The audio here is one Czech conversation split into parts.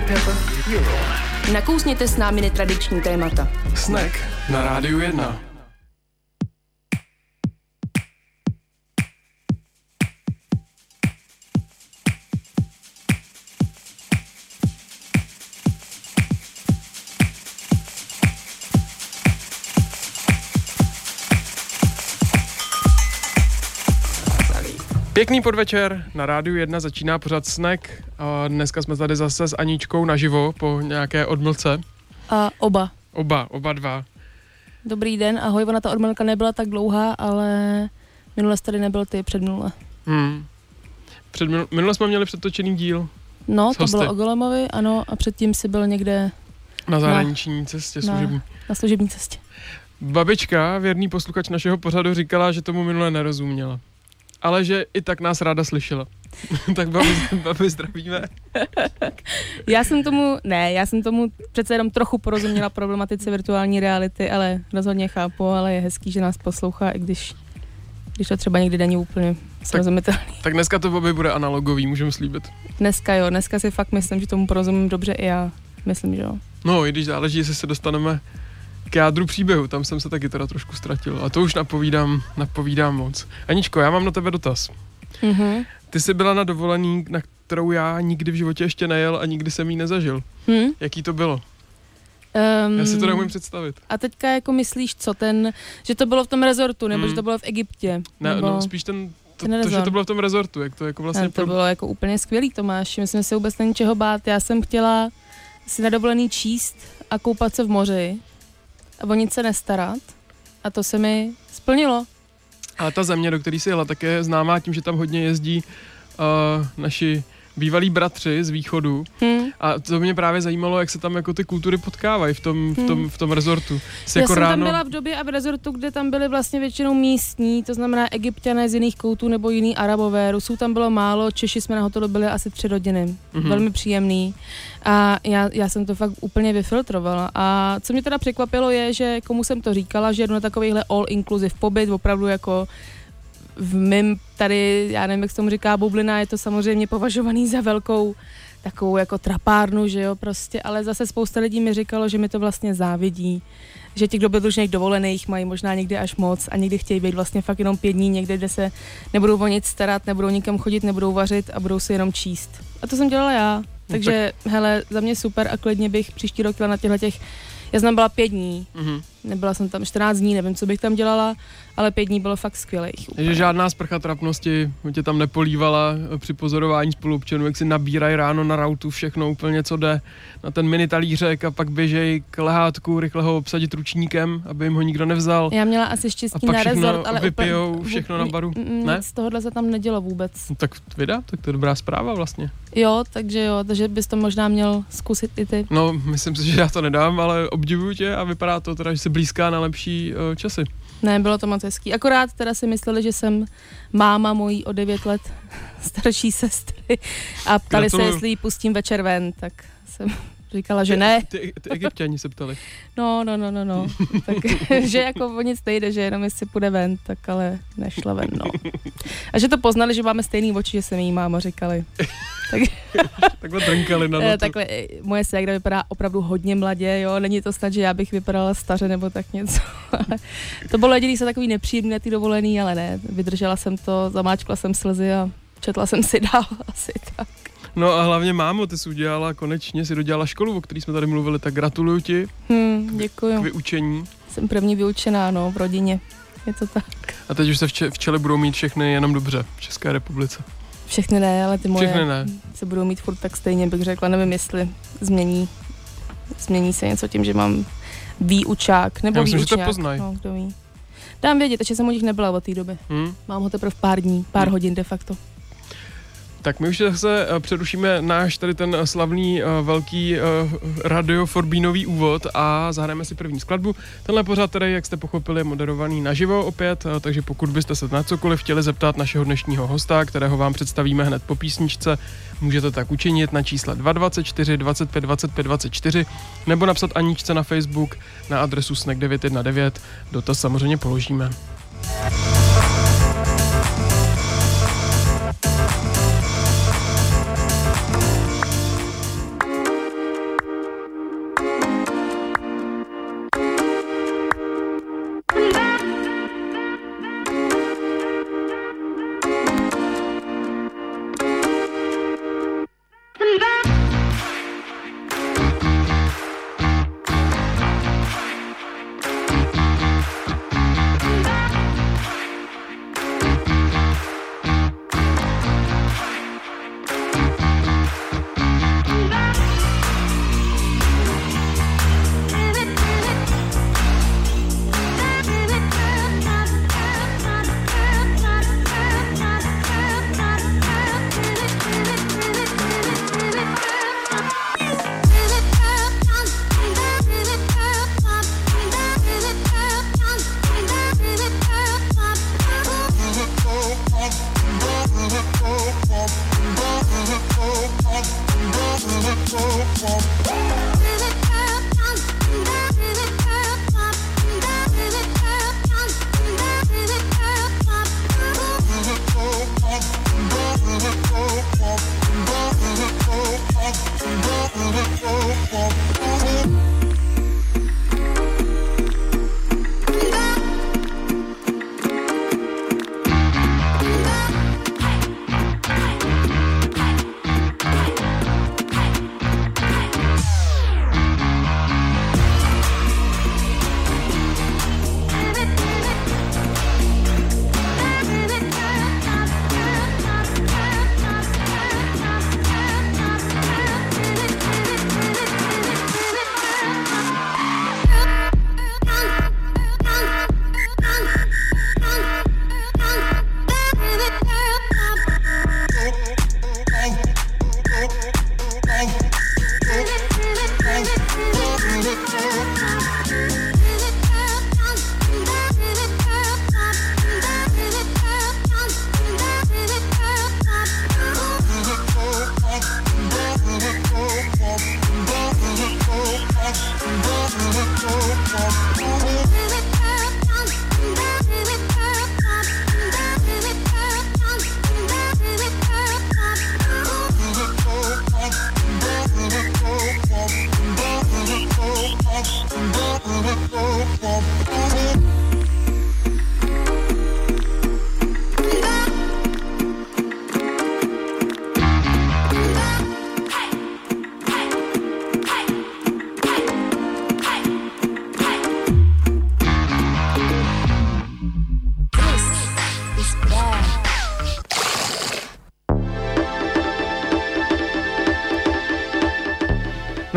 Pepper Euro. Nakousněte s námi netradiční témata. Snack na Rádiu 1. Pěkný podvečer, na Rádiu 1 začíná pořad Snack a dneska jsme tady zase s Aničkou naživo po nějaké odmlce. A oba. Oba dva. Dobrý den, ahoj, ona ta odmlka nebyla tak dlouhá, ale minule jsi tady nebyl ty, předminule. Minule jsme měli předtočený díl. No, to bylo o Golemovi, ano, a předtím jsi byl někde na zahraniční cestě služební. Na služební cestě. Babička, věrný posluchač našeho pořadu, říkala, že tomu minule nerozuměla. Ale že i tak nás ráda slyšela. Tak babi, zdravíme. Já jsem tomu přece jenom trochu porozuměla problematice virtuální reality, ale rozhodně chápu, ale je hezký, že nás poslouchá, i když to třeba někdy není úplně srozumitelný. Tak dneska to babi bude analogový, můžeme slíbit. Dneska si fakt myslím, že tomu porozumím dobře i já. Myslím, že jo. No, i když záleží, jestli se dostaneme k jádru příběhu, tam jsem se taky teda trošku ztratil. A to už napovídám moc. Aničko, já mám na tebe dotaz. Mm-hmm. Ty jsi byla na dovolený, na kterou já nikdy v životě ještě nejel a nikdy jsem jí nezažil. Jaký to bylo? Já si to neumím představit. A teďka jako myslíš, že to bylo v tom rezortu, nebo že to bylo v Egyptě? Ne, no spíš to, že to bylo v tom rezortu, jak to jako vlastně... To bylo jako úplně skvělý, Tomáš, myslím, že se vůbec není čeho bát. Já jsem chtěla si na dovolený číst a koupat se v moři a o nic se nestarat a to se mi splnilo. Ale ta země, do které jsi jela, tak je známá tím, že tam hodně jezdí naši bývalí bratři z východu. A to mě právě zajímalo, jak se tam jako ty kultury potkávají v tom rezortu. Já jsem tam byla v době a v rezortu, kde tam byly vlastně většinou místní, to znamená Egypťané z jiných koutů nebo jiný Arabové. Rusů tam bylo málo, Češi jsme na hotelu byli asi 3 rodiny. Velmi příjemný. A já jsem to fakt úplně vyfiltrovala. A co mě teda překvapilo je, že komu jsem to říkala, že jedu na takovýhle all-inclusive pobyt, opravdu jako v mém tady, já nevím, jak se tomu říká, bublina, je to samozřejmě považovaný za velkou takovou jako trapárnu, že jo, prostě, ale zase spousta lidí mi říkalo, že mi to vlastně závidí, že těch dobrodružných dovolených mají možná někdy až moc a někdy chtějí být vlastně fakt jenom 5 dní někde, kde se nebudou o nic starat, nebudou nikam chodit, nebudou vařit a budou si jenom číst. A to jsem dělala já, takže hele, za mě super a klidně bych příští rok na těch. Já jsem byla 5 dní, nebyla jsem tam 14 dní, nevím, co bych tam dělala, ale 5 dní bylo fakt skvělých. Takže žádná sprcha trapnosti tě tam nepolívala při pozorování spoluobčanů, jak si nabírají ráno na rautu všechno úplně, co jde na ten mini talířek a pak běžej k lehátku, rychle ho obsadit ručníkem, aby jim ho nikdo nevzal. Já měla asi štěstí na rezort, ale vypijou všechno na baru. Ne? Z tohohle se tam nedělo vůbec. No, tak to je dobrá zpráva vlastně. Jo, takže bys to možná měl zkusit i ty. No, myslím si, že já to nedám, ale obdivuju tě a vypadá to teda, že jsi blízká na lepší časy. Ne, bylo to moc hezký. Akorát teda si mysleli, že jsem máma mojí o 9 let starší sestry a ptali se, jestli ji pustím večer ven, tak jsem říkala, že ne. Ty Egypťani se ptali. No. Takže jako o nic nejde, že jenom jestli půjde ven, tak ale nešla ven, no. A že to poznali, že máme stejný oči, že se mi jí máma říkali. Takhle drnkali na to. Takhle, moje ségra vypadá opravdu hodně mladě, jo, není to snad, že já bych vypadala staře nebo tak něco. To bylo jediný se takový nepříjemný na ty dovolený, ale ne, vydržela jsem to, zamáčkla jsem slzy a četla jsem si dál asi tak. No a hlavně mámo, ty jsi udělala, konečně si dodělala školu, o který jsme tady mluvili, tak gratuluju ti. Děkuju. K vyučení. Jsem první vyučená, no, v rodině, je to tak. A teď už se včely budou mít všechny jenom dobře v České republice. Všechny ne, ale ty moje se budou mít furt tak stejně, bych řekla, nevím, jestli změní se něco tím, že mám výučák, nebo výučák. Já myslím, výučňák, že to poznají. No, kdo ví. Dám vědět, ještě jsem u nich nebyla od té doby. Mám ho teprve pár hodin de facto. Tak my už zase přerušíme náš tady ten slavný velký Radio Forbínový úvod a zahrajeme si první skladbu. Tenhle pořad tedy, jak jste pochopili, je moderovaný naživo opět, takže pokud byste se na cokoliv chtěli zeptat našeho dnešního hosta, kterého vám představíme hned po písničce, můžete tak učinit na čísle 224 25 25 24 nebo napsat Aničce na Facebook na adresu snack 919. Dotaz samozřejmě položíme.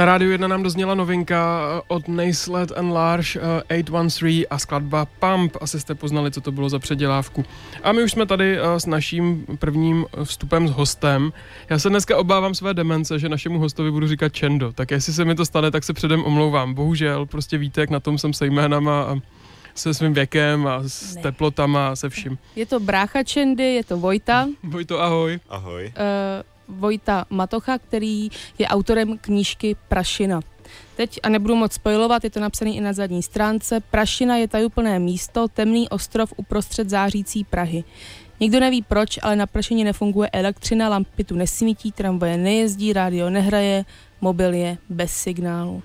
Na Rádiu 1 nám dozněla novinka od Naislet and Large 813 a skladba Pump. Asi jste poznali, co to bylo za předělávku. A my už jsme tady s naším prvním vstupem s hostem. Já se dneska obávám své demence, že našemu hostovi budu říkat Čendo. Tak jestli se mi to stane, tak se předem omlouvám. Bohužel, prostě víte, jak na tom jsem se jménama a se svým věkem a s teplotama a se vším. Je to brácha Čendy, je to Vojta. Vojto, ahoj. Ahoj. Vojta Matocha, který je autorem knížky Prašina. Teď, a nebudu moc spoilovat, je to napsané i na zadní stránce, Prašina je tajuplné místo, temný ostrov uprostřed zářící Prahy. Nikdo neví proč, ale na Prašině nefunguje elektřina, lampy tu nesvítí, tramvaje nejezdí, rádio nehraje, mobil je bez signálu.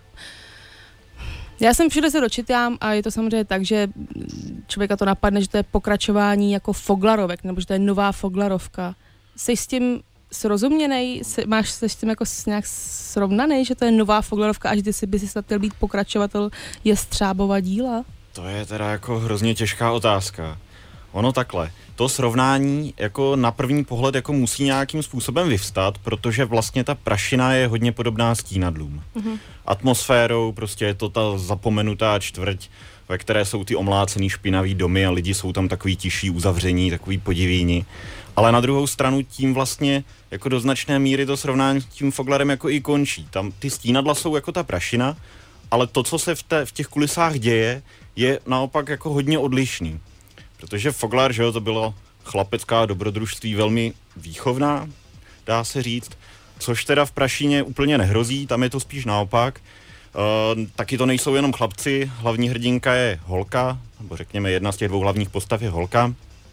Já jsem všude se dočítám a je to samozřejmě tak, že člověka to napadne, že to je pokračování jako Foglarovek, nebo že to je nová Foglarovka. Jsi s tím srozuměnej? Máš se s tím jako nějak srovnaný, že to je nová Foglarovka a že ty by si snad chtěl být pokračovatel Jestřábova díla? To je teda jako hrozně těžká otázka. Ono takhle, to srovnání jako na první pohled jako musí nějakým způsobem vyvstat, protože vlastně ta Prašina je hodně podobná Stínadlům. Mm-hmm. Atmosférou, prostě je to ta zapomenutá čtvrť, ve které jsou ty omlácený špinavý domy a lidi jsou tam takový tiší, uzavření, takový podivíni. Ale na druhou stranu tím vlastně jako do značné míry to srovnání s tím Foglarem jako i končí. Tam ty Stínadla jsou jako ta Prašina, ale to, co se v těch kulisách děje, je naopak jako hodně odlišný. Protože Foglar, že jo, to bylo chlapecká dobrodružství velmi výchovná, dá se říct, což teda v Prašině úplně nehrozí, tam je to spíš naopak. Taky to nejsou jenom chlapci, hlavní hrdinka je holka, nebo řekněme jedna z těch dvou hlavních postav je holka.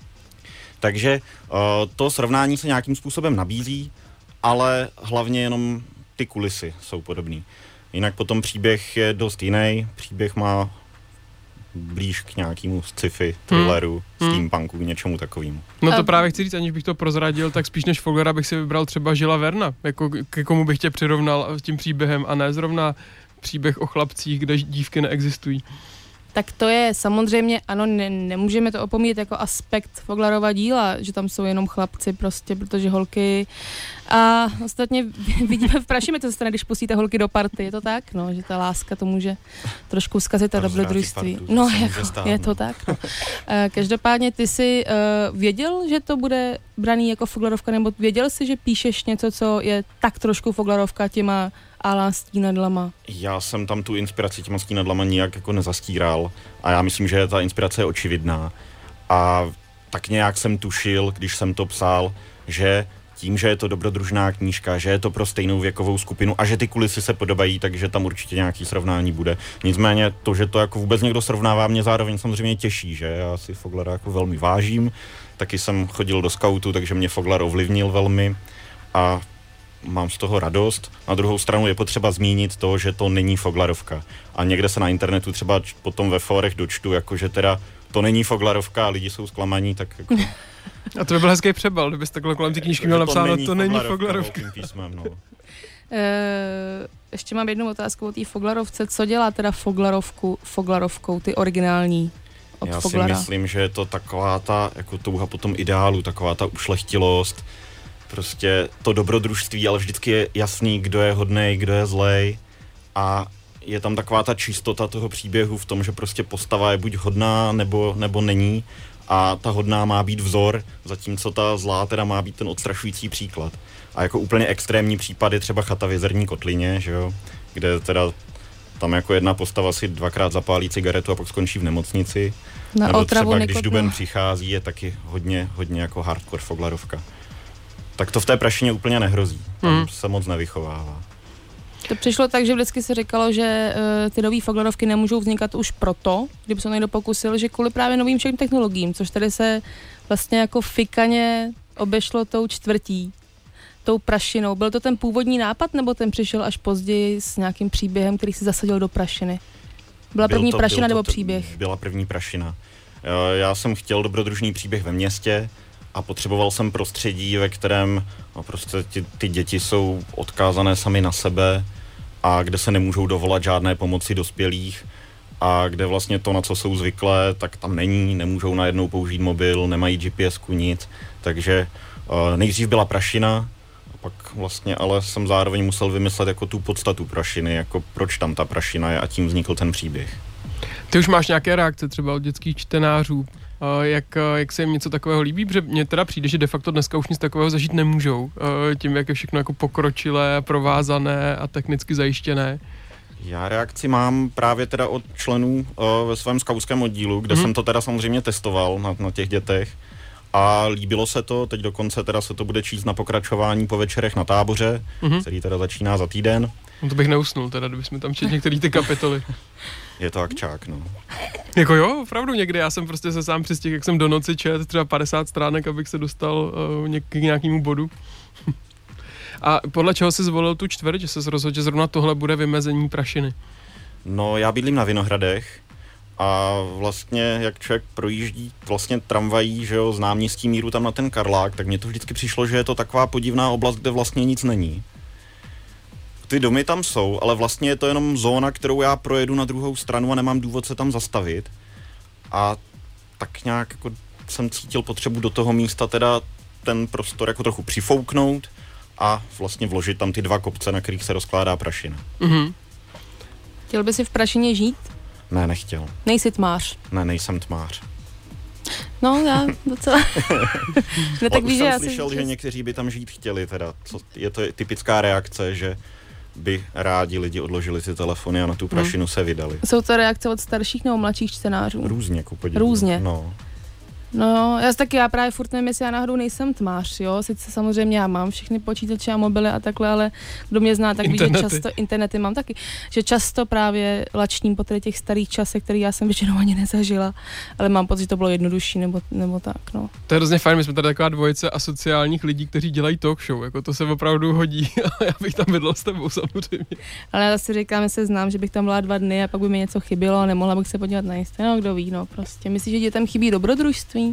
Takže to srovnání se nějakým způsobem nabízí, ale hlavně jenom ty kulisy jsou podobný. Jinak potom příběh je dost jiný, příběh má blíž k nějakému sci-fi, thrilleru, steampunku, něčemu takovému. No to právě chci říct, aniž bych to prozradil, tak spíš než Foglera bych si vybral třeba Žila Verna, jako ke komu bych tě přirovnal s tím příběhem a ne zrovna příběh o chlapcích, kde dívky neexistují. Tak to je samozřejmě, ano, nemůžeme to opomíjet jako aspekt Foglarova díla, že tam jsou jenom chlapci prostě, protože holky a ostatně vidíme v Prašině, to se stane, když pustíte holky do party, je to tak? No, že ta láska to může trošku zkazit to dobrodružství. No, jako, je to tak. No. Každopádně ty jsi věděl, že to bude braný jako Foglarovka, nebo věděl jsi, že píšeš něco, co je tak trošku Foglarovka těma ala Stínadlama? Já jsem tam tu inspiraci těma Stínadlama nijak jako nezastíral a já myslím, že ta inspirace je očividná a tak nějak jsem tušil, když jsem to psal, že tím, že je to dobrodružná knížka, že je to pro stejnou věkovou skupinu a že ty kulisy se podobají, takže tam určitě nějaký srovnání bude. Nicméně to, že to jako vůbec někdo srovnává, mě zároveň samozřejmě těší, že já si Foglara jako velmi vážím, taky jsem chodil do skautu, takže mě Foglar ovlivnil velmi a mám z toho radost. Na druhou stranu je potřeba zmínit to, že to není Foglarovka. A někde se na internetu třeba potom ve fórech dočtu, jakože teda to není Foglarovka a lidi jsou zklamaní, tak jako... A to by byl hezký přebal, kdybyste takhle kolem ty knížky měl napsáno, to není Foglarovka. Písmem, no. Ještě mám jednu otázku o té Foglarovce. Co dělá teda Foglarovkou, ty originální od Já Foglara? Já si myslím, že je to taková ta jako touha po tom ideálu, taková ta ušlechtilost, prostě to dobrodružství, ale vždycky je jasný, kdo je hodnej, kdo je zlej a je tam taková ta čistota toho příběhu v tom, že prostě postava je buď hodná, nebo není a ta hodná má být vzor, zatímco ta zlá teda má být ten odstrašující příklad. A jako úplně extrémní případ je třeba Chata v Jezerní kotlině, že jo, kde teda tam jako jedna postava si dvakrát zapálí cigaretu a pak skončí v nemocnici. Nebo třeba když Duben přichází, je taky hodně jako hardcore Foglarovka. Tak to v té Prašině úplně nehrozí. Tam se moc nevychovává. To přišlo tak, že vždycky se říkalo, že ty nový Foglarovky nemůžou vznikat už proto, kdyby se někdo pokusil, že kvůli právě novým všem technologiím, což tady se vlastně jako fikaně obešlo tou čtvrtí, tou Prašinou. Byl to ten původní nápad, nebo ten přišel až později s nějakým příběhem, který se zasadil do Prašiny? Byla první Prašina nebo příběh? Byla první Prašina. Já jsem chtěl dobrodružný příběh ve městě a potřeboval jsem prostředí, ve kterém prostě ty děti jsou odkázané sami na sebe a kde se nemůžou dovolat žádné pomoci dospělých a kde vlastně to, na co jsou zvyklé, tak tam není, nemůžou najednou použít mobil, nemají GPSku, nic. Takže nejdřív byla Prašina, pak vlastně ale jsem zároveň musel vymyslet jako tu podstatu prašiny, jako proč tam ta prašina je a tím vznikl ten příběh. Ty už máš nějaké reakce třeba od dětských čtenářů? Jak se jim něco takového líbí? Protože mně teda přijde, že de facto dneska už nic takového zažít nemůžou. Tím, jak je všechno jako pokročilé, provázané a technicky zajištěné. Já reakci mám právě teda od členů ve svém skautském oddílu, kde jsem to teda samozřejmě testoval na těch dětech a líbilo se to, teď dokonce teda se to bude číst na pokračování po večerech na táboře, který teda začíná za týden. No to bych neusnul teda, kdybychom tam četli některé ty kapitoly. Je to akčák, no. Jako jo, opravdu někdy, já jsem prostě se sám přistěh, jak jsem do noci čet třeba 50 stránek, abych se dostal k nějakému bodu. A podle čeho jsi zvolil tu čtvrť, že jsi rozhodl, že zrovna tohle bude vymezení prašiny? No, já bydlím na Vinohradech a vlastně, jak člověk projíždí vlastně tramvají, že jo, z náměstí Míru tam na ten Karlák, tak mně to vždycky přišlo, že je to taková podivná oblast, kde vlastně nic není. Ty domy tam jsou, ale vlastně je to jenom zóna, kterou já projedu na druhou stranu a nemám důvod se tam zastavit. A tak nějak jako jsem cítil potřebu do toho místa teda ten prostor jako trochu přifouknout a vlastně vložit tam ty 2 kopce, na kterých se rozkládá prašina. Chtěl by si v prašině žít? Ne, nechtěl. Nejsi tmář? Ne, nejsem tmář. No, já docela. Ne, tak víš, že já slyšel, že někteří by tam žít chtěli teda. Je to typická reakce, že by rádi lidi odložili si telefony a na tu prašinu se vydali. Jsou to reakce od starších nebo mladších čtenářů? Různě, ku podivu. Různě. No, já právě furt nevím, jestli já náhodou nejsem tmář, jo, sice samozřejmě já mám všechny počítače a mobily a takhle, ale kdo mě zná, tak ví, že často, internety mám taky, že často právě lačním po těch starých časech, který já jsem většinou ani nezažila, ale mám pocit, že to bylo jednodušší, nebo tak, no. To je hrozně fajn, my jsme tady taková dvojice asociálních lidí, kteří dělají talk show, jako to se opravdu hodí, já bych tam bydlel s tebou samozřejmě. Ale já si říkám, že se znám, že bych tam byla 2 dny a pak by mi něco chybělo a nemohla bych se podívat na Instagram, kdo ví, no prostě. Myslíš, že dětem chybí dobrodružství?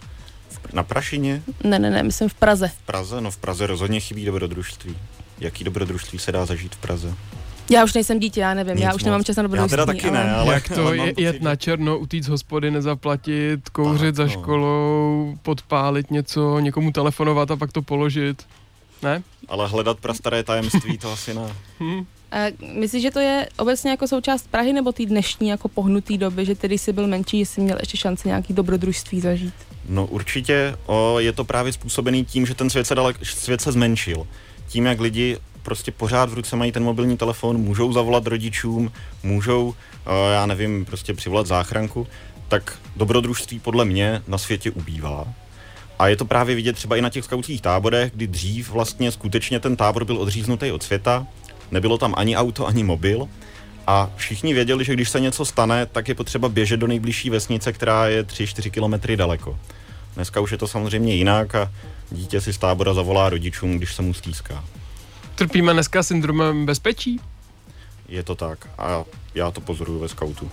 Na prašině? Ne, myslím v Praze. V Praze? No v Praze rozhodně chybí dobrodružství. Jaký dobrodružství se dá zažít v Praze? Já už nejsem dítě, já nevím, já už nemám čas na dobrodružství. Já teda taky ne, ale... Jak to je jet na černo, utíct z hospody, nezaplatit, kouřit za školou, podpálit něco, někomu telefonovat a pak to položit, ne? Ale hledat prastaré tajemství, to asi ne. Myslíš, že to je obecně jako součást Prahy nebo té dnešní jako pohnutý doby, že tedy jsi byl menší, že jsi měl ještě šanci nějaký dobrodružství zažít? No určitě je to právě způsobený tím, že ten svět se zmenšil. Tím, jak lidi prostě pořád v ruce mají ten mobilní telefon, můžou zavolat rodičům, můžou, já nevím, prostě přivolat záchranku, tak dobrodružství podle mě na světě ubývá. A je to právě vidět třeba i na těch skautských táborech, kdy dřív vlastně skutečně ten tábor byl odříznutý od světa, nebylo tam ani auto, ani mobil a všichni věděli, že když se něco stane, tak je potřeba běžet do nejbližší vesnice, která je 3-4 kilometry daleko. Dneska už je to samozřejmě jinak a dítě si z tábora zavolá rodičům, když se mu stýská. Trpíme dneska syndromem bezpečí? Je to tak a já to pozoruju ve skautu.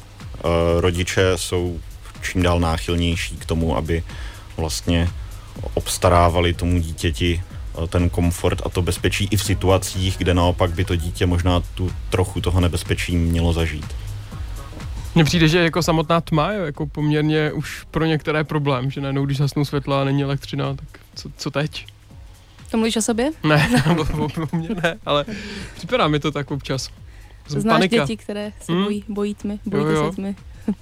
Rodiče jsou čím dál náchylnější k tomu, aby vlastně obstarávali tomu dítěti ten komfort a to bezpečí i v situacích, kde naopak by to dítě možná tu trochu toho nebezpečí mělo zažít. Mně přijde, že jako samotná tma je jako poměrně už pro některé problém, že najednou, když zasnou světla a není elektřina, tak co teď? To mluvíš o sobě? Ne, o mě ne, ale připadá mi to tak občas. Znáš panika. Děti, které se bojí tmy, bojíte se tmy.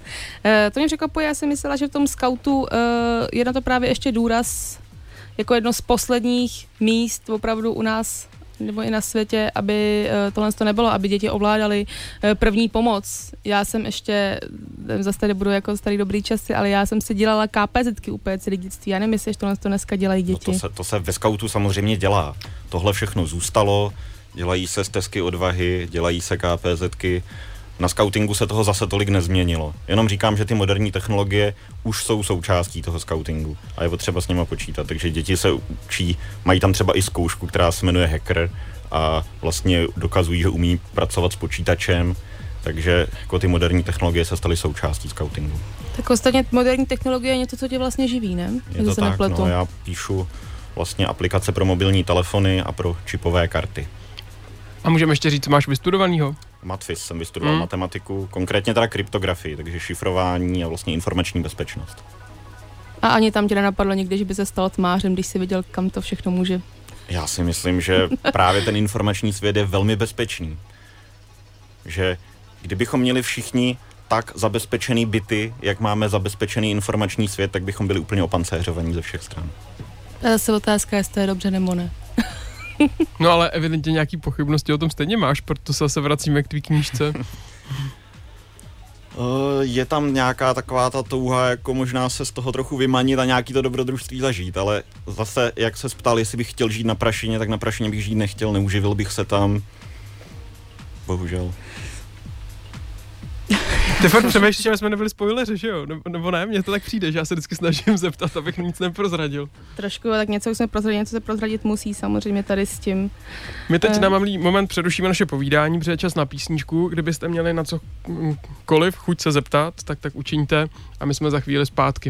To mě překvapuje, já si myslela, že v tom skautu je na to právě ještě důraz jako jedno z posledních míst opravdu u nás nebo i na světě, aby tohle to nebylo, aby děti ovládaly první pomoc. Já jsem ještě, zase tady budu jako starý dobrý časy, ale já jsem si dělala KPZky úplně celý dětství. Já nevím, jestli tohle to dneska dělají děti. No to se ve skautu samozřejmě dělá. Tohle všechno zůstalo, dělají se stezky odvahy, dělají se KPZky. Na skautingu se toho zase tolik nezměnilo. Jenom říkám, že ty moderní technologie už jsou součástí toho skautingu a je potřeba s nima počítat. Takže děti se učí, mají tam třeba i zkoušku, která se jmenuje hacker a vlastně dokazují, že umí pracovat s počítačem. Takže jako ty moderní technologie se staly součástí skautingu. Tak ostatně moderní technologie je něco, co tě vlastně živí, ne? Je to tak, no, já píšu vlastně aplikace pro mobilní telefony a pro čipové karty. A můžeme ještě říct, co máš vystudovanýho? Matfis jsem vystudoval matematiku, konkrétně teda kryptografii, takže šifrování a vlastně informační bezpečnost. A ani tam tě nenapadlo někdy, že by se stal tmářem, když jsi viděl, kam to všechno může Já si myslím, že právě ten informační svět je velmi bezpečný. Že kdybychom měli všichni tak zabezpečený byty, jak máme zabezpečený informační svět, tak bychom byli úplně opancéřovaní ze všech stran. A zase otázka, jestli to je dobře nebo ne. No ale evidentně nějaký pochybnosti o tom stejně máš, proto se zase vracíme k tvý knížce. Je tam nějaká taková ta touha, jako možná se z toho trochu vymanit a nějaký to dobrodružství zažít, ale zase, jak se ptal, jestli bych chtěl žít na Prašině, tak na Prašině bych žít nechtěl, neuživil bych se tam. Bohužel. Ty fakt přemýšlíš, že jsme nebyli spoileři, že jo? Nebo ne? Mně to tak přijde, že já se vždycky snažím zeptat, abych nic neprozradil. Trošku, tak něco jsme prozradili, něco se prozradit musí samozřejmě tady s tím. My teď na malý moment přerušíme naše povídání, protože je čas na písničku. Kdybyste měli na cokoliv chuť se zeptat, tak učiňte a my jsme za chvíli zpátky.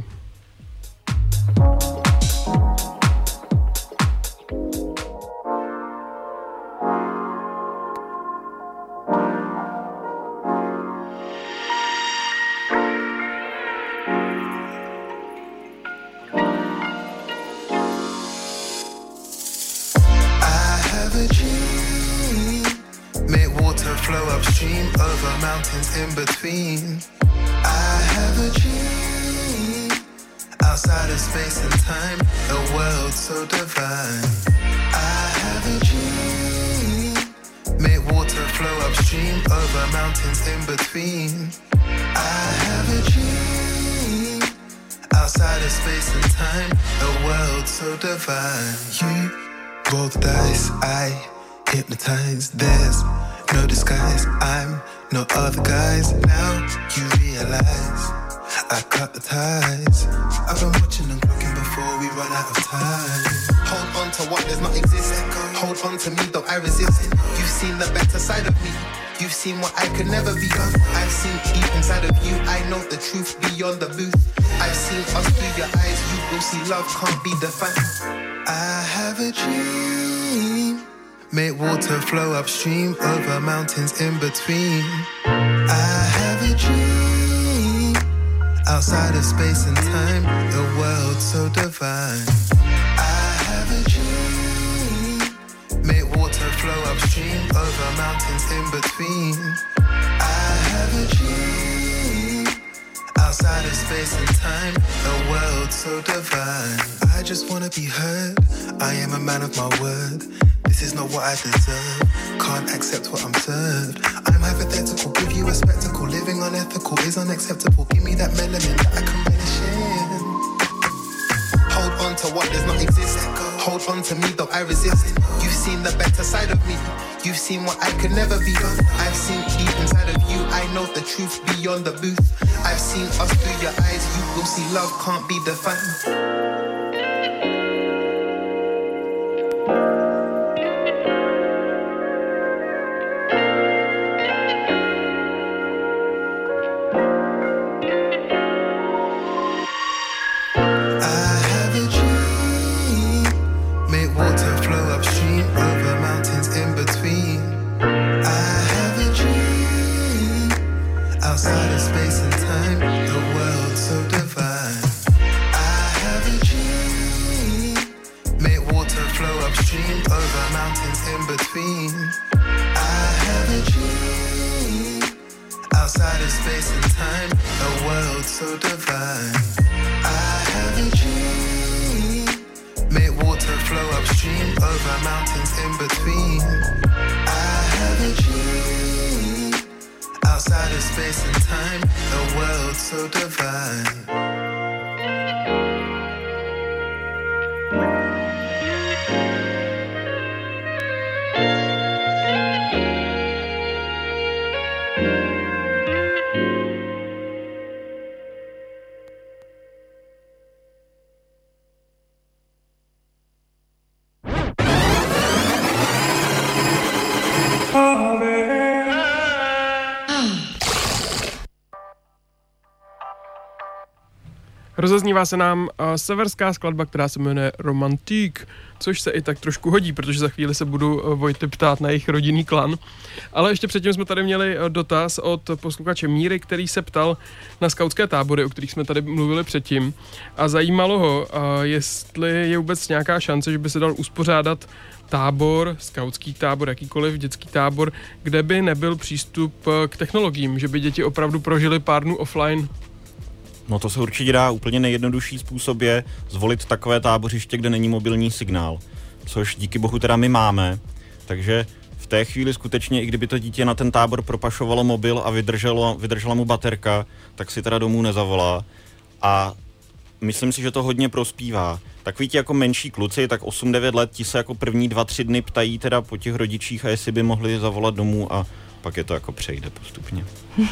In between, I have a dream. Outside of space and time, a world so divine. I have a dream. Make water flow upstream over mountains in between. I have a dream. Outside of space and time, a world so divine. You roll the dice, I hypnotize. There's no disguise, I'm no other guys. Now you realize I cut the ties. I've been watching and looking before we run out of time. Hold on to what does not exist. Hold on to me, though I resist. You've seen the better side of me. You've seen what I could never be. I've seen deep inside of you. I know the truth beyond the booth. I've seen us through your eyes. You will see love can't be defined. I have a dream. Make water flow upstream over mountains in between. I have a dream. Outside of space and time, the world so divine. I have a dream. Make water flow upstream over mountains in between. I have a dream. Outside of space and time, the world so divine. I just wanna be heard. I am a man of my word. This is not what I deserve. Can't accept what I'm served. I'm hypothetical, give you a spectacle. Living unethical is unacceptable. Give me that melanin that I can relish in. Hold on to what does not exist. Hold on to me, though I resist. You've seen the better side of me. You've seen what I could never be. I've seen deep inside of you. I know the truth beyond the booth. I've seen us through your eyes. You will see love can't be defined. Rozeznívá se nám severská skladba, která se jmenuje Romantik, což se i tak trošku hodí, protože za chvíli se budu Vojty ptát na jejich rodinný klan. Ale ještě předtím jsme tady měli dotaz od posluchače Míry, který se ptal na skautské tábory, o kterých jsme tady mluvili předtím. A zajímalo ho, jestli je vůbec nějaká šance, že by se dal uspořádat tábor, skautský tábor, jakýkoliv dětský tábor, kde by nebyl přístup k technologiím, že by děti opravdu prožili pár dnů offline. No to se určitě dá. Úplně nejjednodušší způsob je zvolit takové tábořiště, kde není mobilní signál, což díky bohu teda my máme, takže v té chvíli skutečně, i kdyby to dítě na ten tábor propašovalo mobil a vydržela mu baterka, tak si teda domů nezavolá a myslím si, že to hodně prospívá. Takoví ti jako menší kluci, tak 8-9 let, ti se jako první 2-3 dny ptají teda po těch rodičích a jestli by mohli zavolat domů a pak je to jako přejde postupně.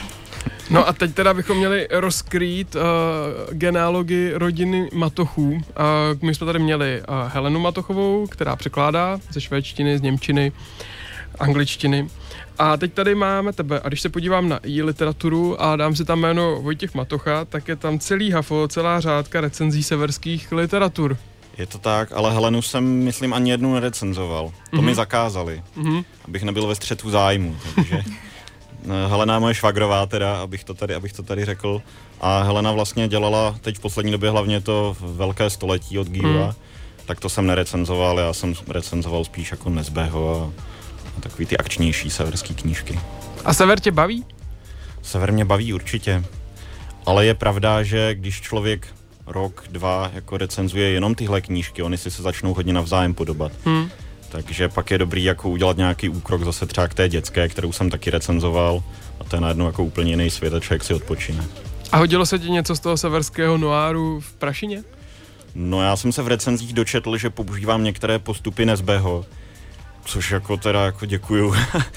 No a teď teda bychom měli rozkrýt genealogii rodiny Matochů. My jsme tady měli Helenu Matochovou, která překládá ze švédštiny, z němčiny, angličtiny. A teď tady máme tebe. A když se podívám na její literaturu a dám si tam jméno Vojtěch Matocha, tak je tam celý hafo, celá řádka recenzí severských literatur. Je to tak, ale Helenu jsem, myslím, ani jednu nerecenzoval. To mi zakázali, abych nebyl ve střetu zájmu, takže Helena je moje švagrová teda, abych to tady řekl. A Helena vlastně dělala teď v poslední době hlavně to velké století od Guillaume, tak to jsem nerecenzoval, já jsem recenzoval spíš jako Nesbeho a takový ty akčnější severský knížky. A sever tě baví? Sever mě baví určitě, ale je pravda, že když člověk rok, 2 jako recenzuje jenom tyhle knížky, oni si se začnou hodně navzájem podobat. Takže pak je dobrý jako udělat nějaký úkrok zase třeba k té dětské, kterou jsem taky recenzoval a to je najednou jako úplně jiný svět a člověk si odpočine. A hodilo se ti něco z toho severského noáru v Prašině? No já jsem se v recenzích dočetl, že používám některé postupy Nesbeho, což jako teda jako děkuju.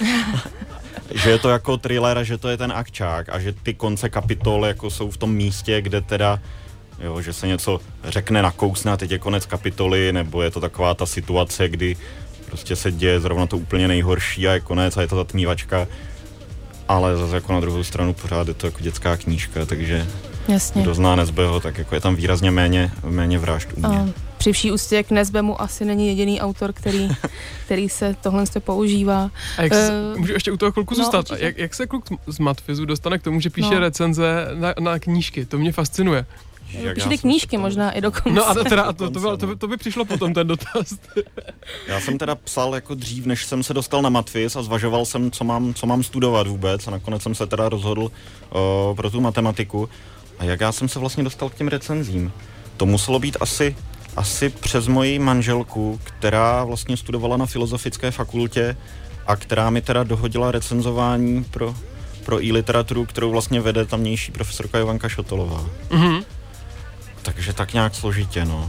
Že je to jako thriller, že to je ten akčák a že ty konce kapitol jako jsou v tom místě, kde teda jo, že se něco řekne, nakousne a teď je konec kapitoly, nebo je to taková ta situace, kdy prostě se děje zrovna to úplně nejhorší a je konec a je to zatmívačka, ale zase jako na druhou stranu pořád je to jako dětská knížka, takže jasně. Kdo zná Nesbeho, tak jako je tam výrazně méně vražd u mě. Při vší úctě k Nesbemu asi není jediný autor, který se tohle používá. A jak můžu ještě u toho chvilku zůstat? Jak se kluk z Matfizu dostane k tomu, že píše recenze na knížky? To mě fascinuje. Píše ty knížky možná i dokonce. No a to by přišlo potom ten dotaz. Já jsem teda psal jako dřív, než jsem se dostal na Matfiz a zvažoval jsem, co mám studovat vůbec a nakonec jsem se teda rozhodl pro tu matematiku. A jak já jsem se vlastně dostal k těm recenzím? To muselo být asi přes moji manželku, která vlastně studovala na filozofické fakultě a která mi teda dohodila recenzování pro i-literaturu, kterou vlastně vede tamnější profesorka Jovanka Šotolová. Takže tak nějak složitě, no.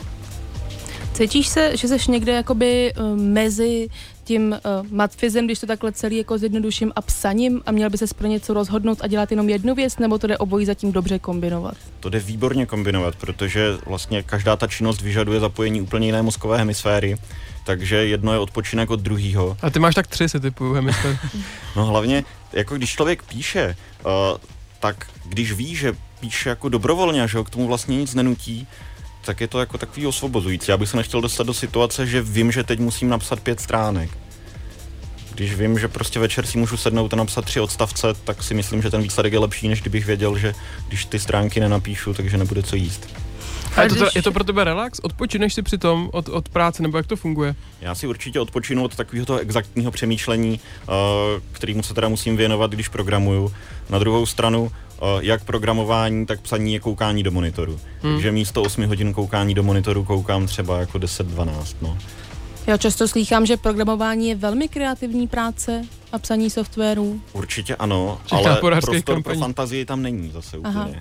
Cítíš se, že seš někde jakoby mezi tím matfizem, když to takhle celý jako zjednoduším a psaním a měl by ses pro něco rozhodnout a dělat jenom jednu věc, nebo to jde obojí zatím dobře kombinovat? To jde výborně kombinovat, protože vlastně každá ta činnost vyžaduje zapojení úplně jiné mozkové hemisféry, takže jedno je odpočinek od druhýho. A ty máš tak 3 typu hemisféry. No hlavně, jako když člověk píše, tak když ví, že píše jako dobrovolně a že ho k tomu vlastně nic nenutí, tak je to jako takový osvobozující. Já bych se nechtěl dostat do situace, že vím, že teď musím napsat 5 stránek. Když vím, že prostě večer si můžu sednout a napsat 3 odstavce, tak si myslím, že ten výsledek je lepší, než kdybych věděl, že když ty stránky nenapíšu, takže nebude co jíst. A je to pro tebe relax? Odpočineš si přitom od práce, nebo jak to funguje? Já si určitě odpočinu od takového toho exaktního přemýšlení, kterému se teda musím věnovat, když programuju. Na druhou stranu, jak programování, tak psaní je koukání do monitoru. Takže místo 8 hodin koukání do monitoru koukám třeba jako 10-12, no. Já často slýchám, že programování je velmi kreativní práce a psaní softwarů. Určitě ano, ale prostor pro fantazii tam není zase úplně.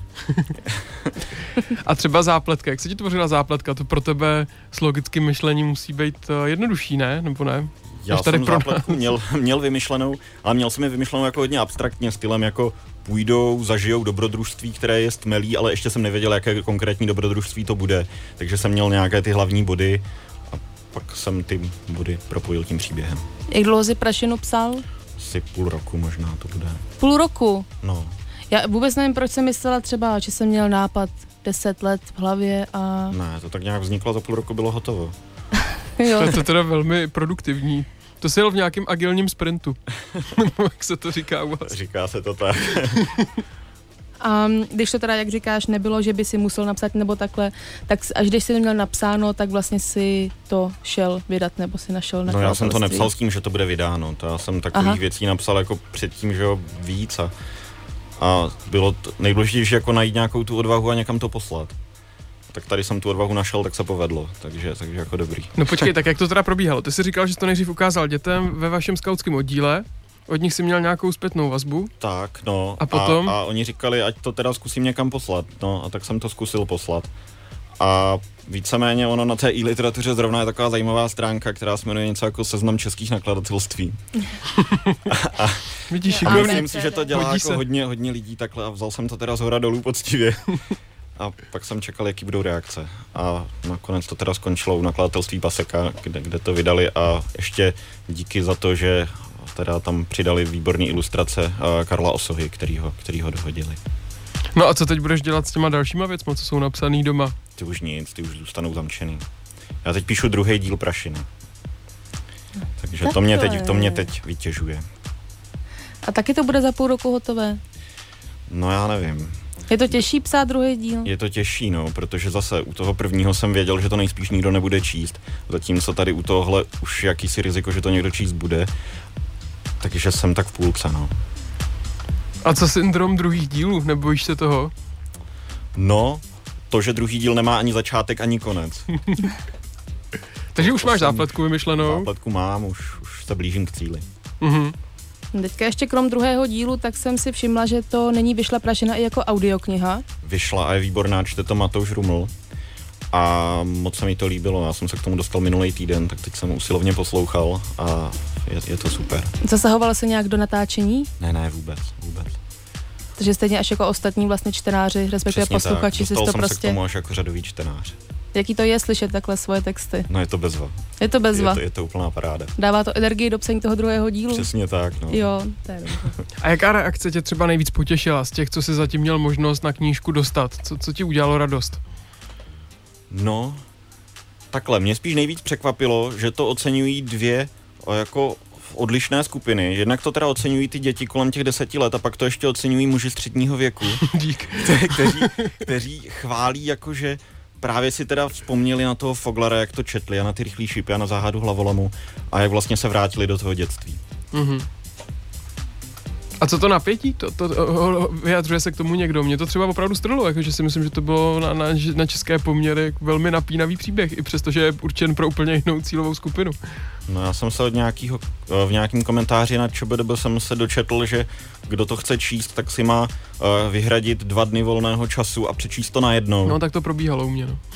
A třeba zápletka, jak se ti tvořila zápletka? To pro tebe s logickým myšlením musí být jednodušší, ne? Nebo ne? Já jsem zápletku měl vymyšlenou, ale měl jsem ji vymyšlenou jako hodně abstraktně stylem, jako půjdou, zažijou dobrodružství, které je stmelí, ale ještě jsem nevěděl, jaké konkrétní dobrodružství to bude. Takže jsem měl nějaké ty hlavní body a pak jsem ty body propojil tím příběhem. Jak dlouho jsi Prašinu psal? Asi půl roku možná to bude. Půl roku? No. Já vůbec nevím, proč jsem myslela třeba, že jsem měl nápad 10 let v hlavě a... Ne, to tak nějak vzniklo, za půl roku bylo hotovo. Jo. To je teda velmi produktivní. To jsi jel v nějakém agilním sprintu. Jak se to říká u vás? Říká se to tak. A když to teda, jak říkáš, nebylo, že by si musel napsat nebo takhle, tak až když jsi měl napsáno, tak vlastně si to šel vydat, nebo si našel No já jsem to nepsal s tím, že to bude vydáno. To já jsem takových věcí napsal jako předtím, že jo, víc a bylo nejdůležitější jako najít nějakou tu odvahu a někam to poslat. Tak tady jsem tu odvahu našel, tak se povedlo, takže jako dobrý. No počkej, tak jak to teda probíhalo? Ty jsi říkal, že jsi to nejdřív ukázal dětem ve vašem skautském oddíle, od nich si měl nějakou zpětnou vazbu. Tak, no. A potom? A oni říkali, ať to teda zkusím někam poslat, no a tak jsem to zkusil poslat. A víceméně ono na té e-literatuře zrovna je taková zajímavá stránka, která se jmenuje něco jako seznam českých nakladatelství. Vidíš, a myslím si, že to dělá jako hodně lidí takhle a vzal jsem to teda zhora dolů poctivě. A pak jsem čekal, jaký budou reakce. A nakonec to teda skončilo u nakladatelství Paseka, kde to vydali a ještě díky za to, že teda tam přidali výborné ilustrace Karla Osohy, který ho dohodili. No a co teď budeš dělat s těma dalšíma věcma, co jsou napsaný doma? Ty už nic, ty už zůstanou zamčený. Já teď píšu druhý díl Prašiny. Takže to mě teď vytěžuje. A taky to bude za půl roku hotové? No já nevím. Je to těžší psát druhý díl? Je to těžší, no, protože zase u toho prvního jsem věděl, že to nejspíš nikdo nebude číst. Zatímco tady u tohohle už jakýsi riziko, že to někdo číst bude. Takže jsem tak v půlce, no. A co syndrom druhých dílů? Nebojíš se toho? No, to, že druhý díl nemá ani začátek, ani konec. Takže už máš zápletku vymyšlenou? Zápletku mám, už se blížím k cíli. Mhm. Teďka ještě krom druhého dílu, tak jsem si všimla, že to není vyšla Prašina i jako audiokniha. Vyšla a je výborná, čte to Matouš Ruml. A moc se mi to líbilo, já jsem se k tomu dostal minulý týden, tak teď jsem usilovně poslouchal a je to super. Zasahoval se nějak do natáčení? Ne, vůbec. Takže stejně až jako ostatní vlastně čtenáři, respektive posluchači si to prostě... Dostal jsem se k tomu až jako řadový čtenář. Jaký to je slyšet takhle svoje texty? No je to bezva. Je to bezva. Je to úplná paráda. Dává to energii do psaní toho druhého dílu? Přesně tak, no. Jo, to je dobře. A jaká reakce tě třeba nejvíc potěšila z těch, co jsi zatím měl možnost na knížku dostat? Co ti udělalo radost? No, takhle, mě spíš nejvíc překvapilo, že to oceňují dvě jako odlišné skupiny. Jednak to teda oceňují ty děti kolem těch 10 let a pak to ještě oceňují muži středního věku, kteří chválí jakože právě si teda vzpomněli na toho Foglara, jak to četli a na ty rychlý šipy a na záhadu hlavolamu a jak vlastně se vrátili do toho dětství. Mhm. A co to napětí? To vyjadřuje se k tomu někdo? Mě to třeba opravdu strhlo, jakože si myslím, že to bylo na české poměry velmi napínavý příběh, i přestože je určen pro úplně jinou cílovou skupinu. No já jsem se v nějakém komentáři na ČBDB jsem se dočetl, že kdo to chce číst, tak si má vyhradit 2 dny volného času a přečíst to najednou. No tak to probíhalo u mě, no.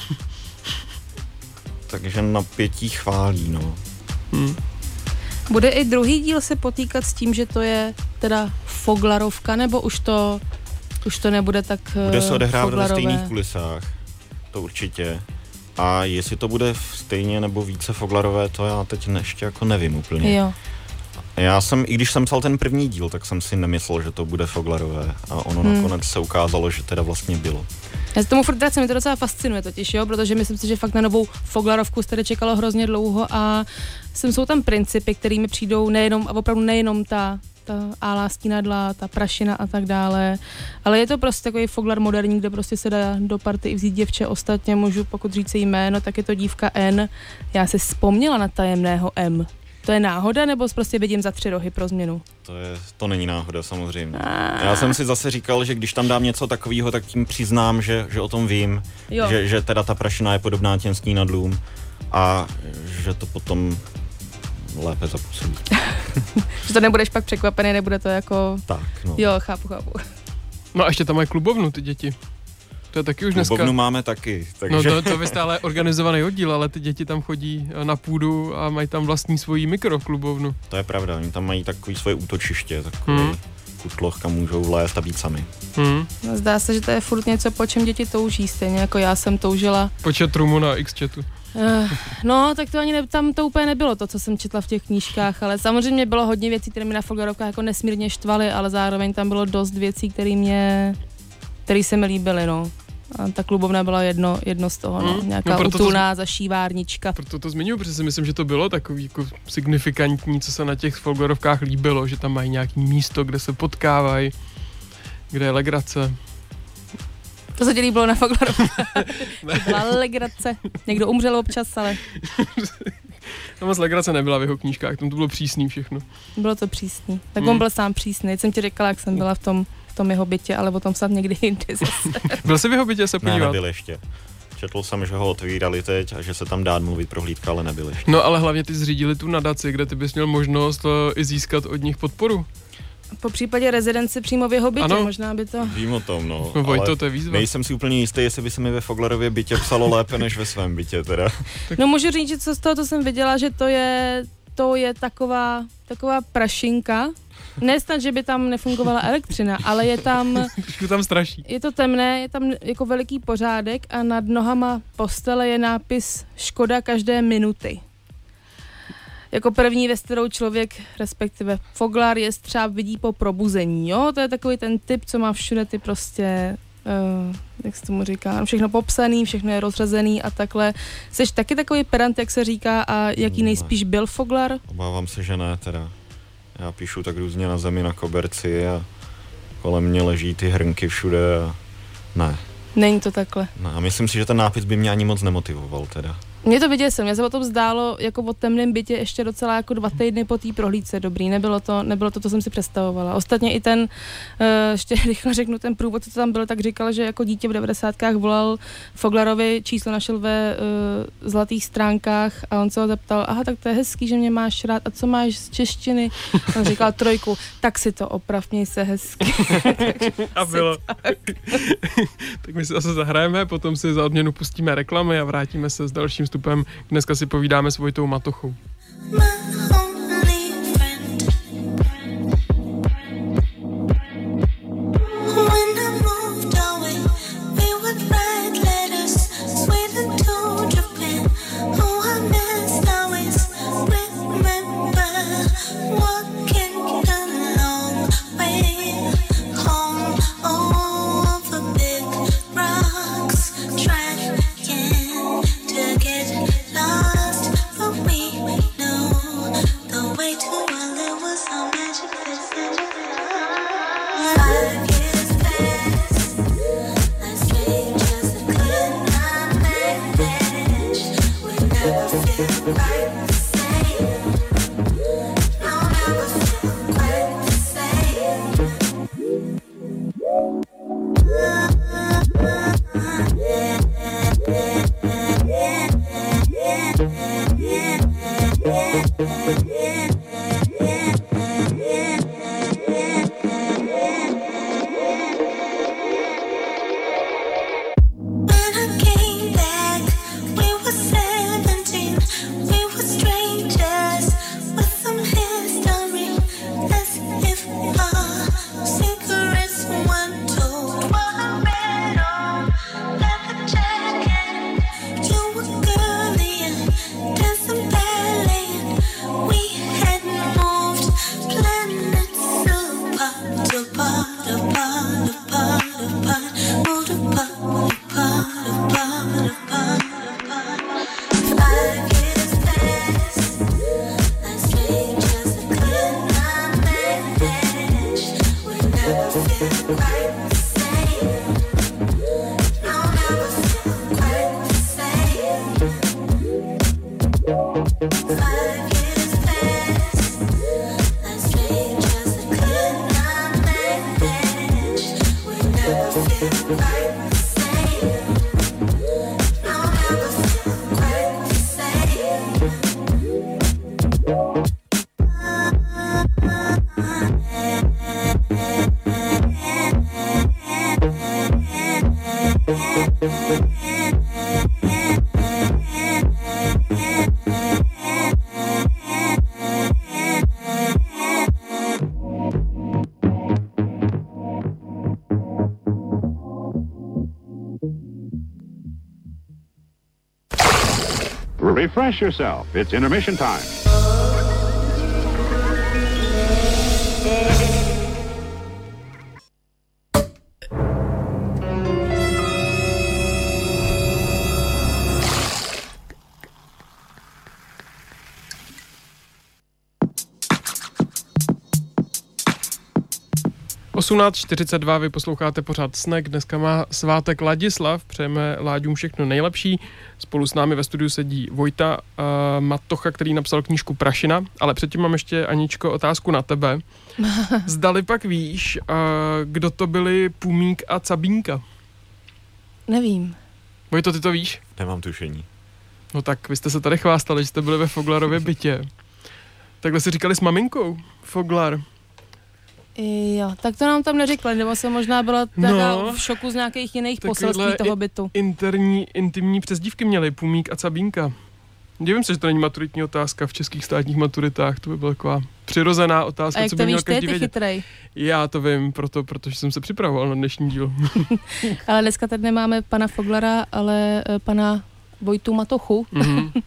Takže napětí chválí, no. Bude i druhý díl se potýkat s tím, že to je teda foglarovka, nebo už to nebude tak Bude se odehrávat ve foglarové? stejných kulisách, to určitě. A jestli to bude stejně nebo více foglarové, to já teď ještě jako nevím úplně. Jo. I když jsem psal ten první díl, tak jsem si nemyslel, že to bude foglarové. A ono nakonec se ukázalo, že teda vlastně bylo. Já se tomu furt vracím, mě to docela fascinuje totiž, jo, protože myslím si, že fakt na novou foglarovku se tady čekalo hrozně dlouho a jsou tam principy, kterými přijdou opravdu nejenom ta Alá stínadla, ta Prašina a tak dále, ale je to prostě takový foglar moderní, kde prostě se dá do party i vzít děvče, ostatně můžu, pokud říct si jméno, tak je to dívka N. Já se vzpomněla na tajemného M. To je náhoda, nebo prostě vidím za 3 rohy pro změnu? To není náhoda, samozřejmě. Já jsem si zase říkal, že když tam dám něco takového, tak tím přiznám, že o tom vím, že teda ta Prašina je podobná těm stínadlům a že to potom lépe zapůsobí. Že to nebudeš pak překvapený, nebude to jako... Tak, no. Jo, chápu. No a ještě tam mají klubovnu ty děti. To je taky už dneska... Klubovnu máme taky. Takže... No to vy stále organizovaný oddíl, ale ty děti tam chodí na půdu a mají tam vlastní svoji mikroklubovnu. To je pravda, oni tam mají takový svoje útočiště, takový kutloch, kam můžou vlézt a být sami. No, zdá se, že to je furt něco, po čem děti touží, stejně jako já jsem toužila. Po chatroomu na X-chatu. No, tak to ani tam to úplně nebylo, to, co jsem četla v těch knížkách, ale samozřejmě bylo hodně věcí, které mi na foglarovkách jako nesmírně štvaly, ale zároveň tam bylo dost věcí, které se mi líbily, no. a ta klubovna byla jedno z toho, no. Nějaká útulná zašívárnička. Proto to zmiňuji, protože si myslím, že to bylo takový jako signifikantní, co se na těch folklorovkách líbilo, že tam mají nějaký místo, kde se potkávají, kde je legrace. To se ti líbilo na folklorovkách. Byla legrace. Někdo umřel občas, ale... No moc legrace nebyla v jeho knížkách, tam to bylo přísný všechno. Bylo to přísný. Tak on byl sám přísný. Teď jsem ti říkala, jak jsem byla v tom jeho bytě, ale o tom snad někdy jindy zase. Byl jsi v jeho bytě se podívat? Ne, nebyl ještě. Četl jsem, že ho otvírali teď a že se tam dá mluvit prohlídka, ale nebyl ještě. No ale hlavně ty zřídili tu nadaci, kde ty bys měl možnost i získat od nich podporu. Po případě rezidence přímo v jeho bytě, ano. Možná by to... Vím o tom, no. Vojto, to je výzva. Nejsem si úplně jistý, jestli by se mi ve Foglerově bytě psalo lépe, než ve svém bytě, teda. No můžu říct, že co z toho, co jsem viděla, že to je taková prašinka. Ne snad, že by tam nefungovala elektřina, ale je tam straší. Je to temné, je tam jako veliký pořádek a nad nohama postele je nápis Škoda každé minuty. Jako první věc, kterou člověk, respektive foglar, jestřáb vidí po probuzení, jo? To je takový ten typ, co má všude ty prostě, jak se tomu říká, všechno popsaný, všechno je rozřazený a takhle. Jseš taky takový pedant, jak se říká, a jaký nejspíš byl foglar? Obávám se, že ne, teda. Já píšu tak různě na zemi, na koberci a kolem mě leží ty hrnky všude a ne. Není to takhle. No, a myslím si, že ten nápis by mě ani moc nemotivoval, teda. Mě to viděl jsem, mě se o tom zdálo jako o temném bytě ještě docela jako 2 týdny po té prohlídce dobrý, nebylo to, co jsem si představovala. Ostatně i ten, ještě rychle řeknu, ten průvod, co tam byl, tak říkal, že jako dítě v 90kách volal Foglarovi, číslo našel ve zlatých stránkách a on se ho zeptal, aha, tak to je hezký, že mě máš rád, a co máš z češtiny? On říkal 3, tak si to oprav, měj se hezky. A bylo. Tak my si zase zahrajeme, potom si za odměnu pustíme reklamy a vrátíme se s dalším vstupem. Dneska si povídáme s Vojtou Matochou. Refresh yourself. It's intermission time. 18:42, vy posloucháte pořád Snack, dneska má svátek Ladislav, přejeme Láďům všechno nejlepší. Spolu s námi ve studiu sedí Vojta Matocha, který napsal knížku Prašina, ale předtím mám ještě, Aničko, otázku na tebe. Zdali pak víš, kdo to byli Pumík a Cabínka? Nevím. Vojto, ty to víš? Nemám tušení. No tak, vy jste se tady chvástali, že jste byli ve Foglarově bytě. Takhle si říkali s maminkou, Foglar. Jo, tak to nám tam neřekli, nebo jsem možná byla v šoku z nějakých jiných poselství toho bytu. Intimní přezdívky měli Pumík a Cabínka. Divím se, že to není maturitní otázka v českých státních maturitách, to by byla taková přirozená otázka, co by měl každý vědět. Chytrej? Já to vím, protože jsem se připravoval na dnešní díl. Ale dneska tady nemáme pana Foglara, ale pana Vojtu Matochu. Mm-hmm.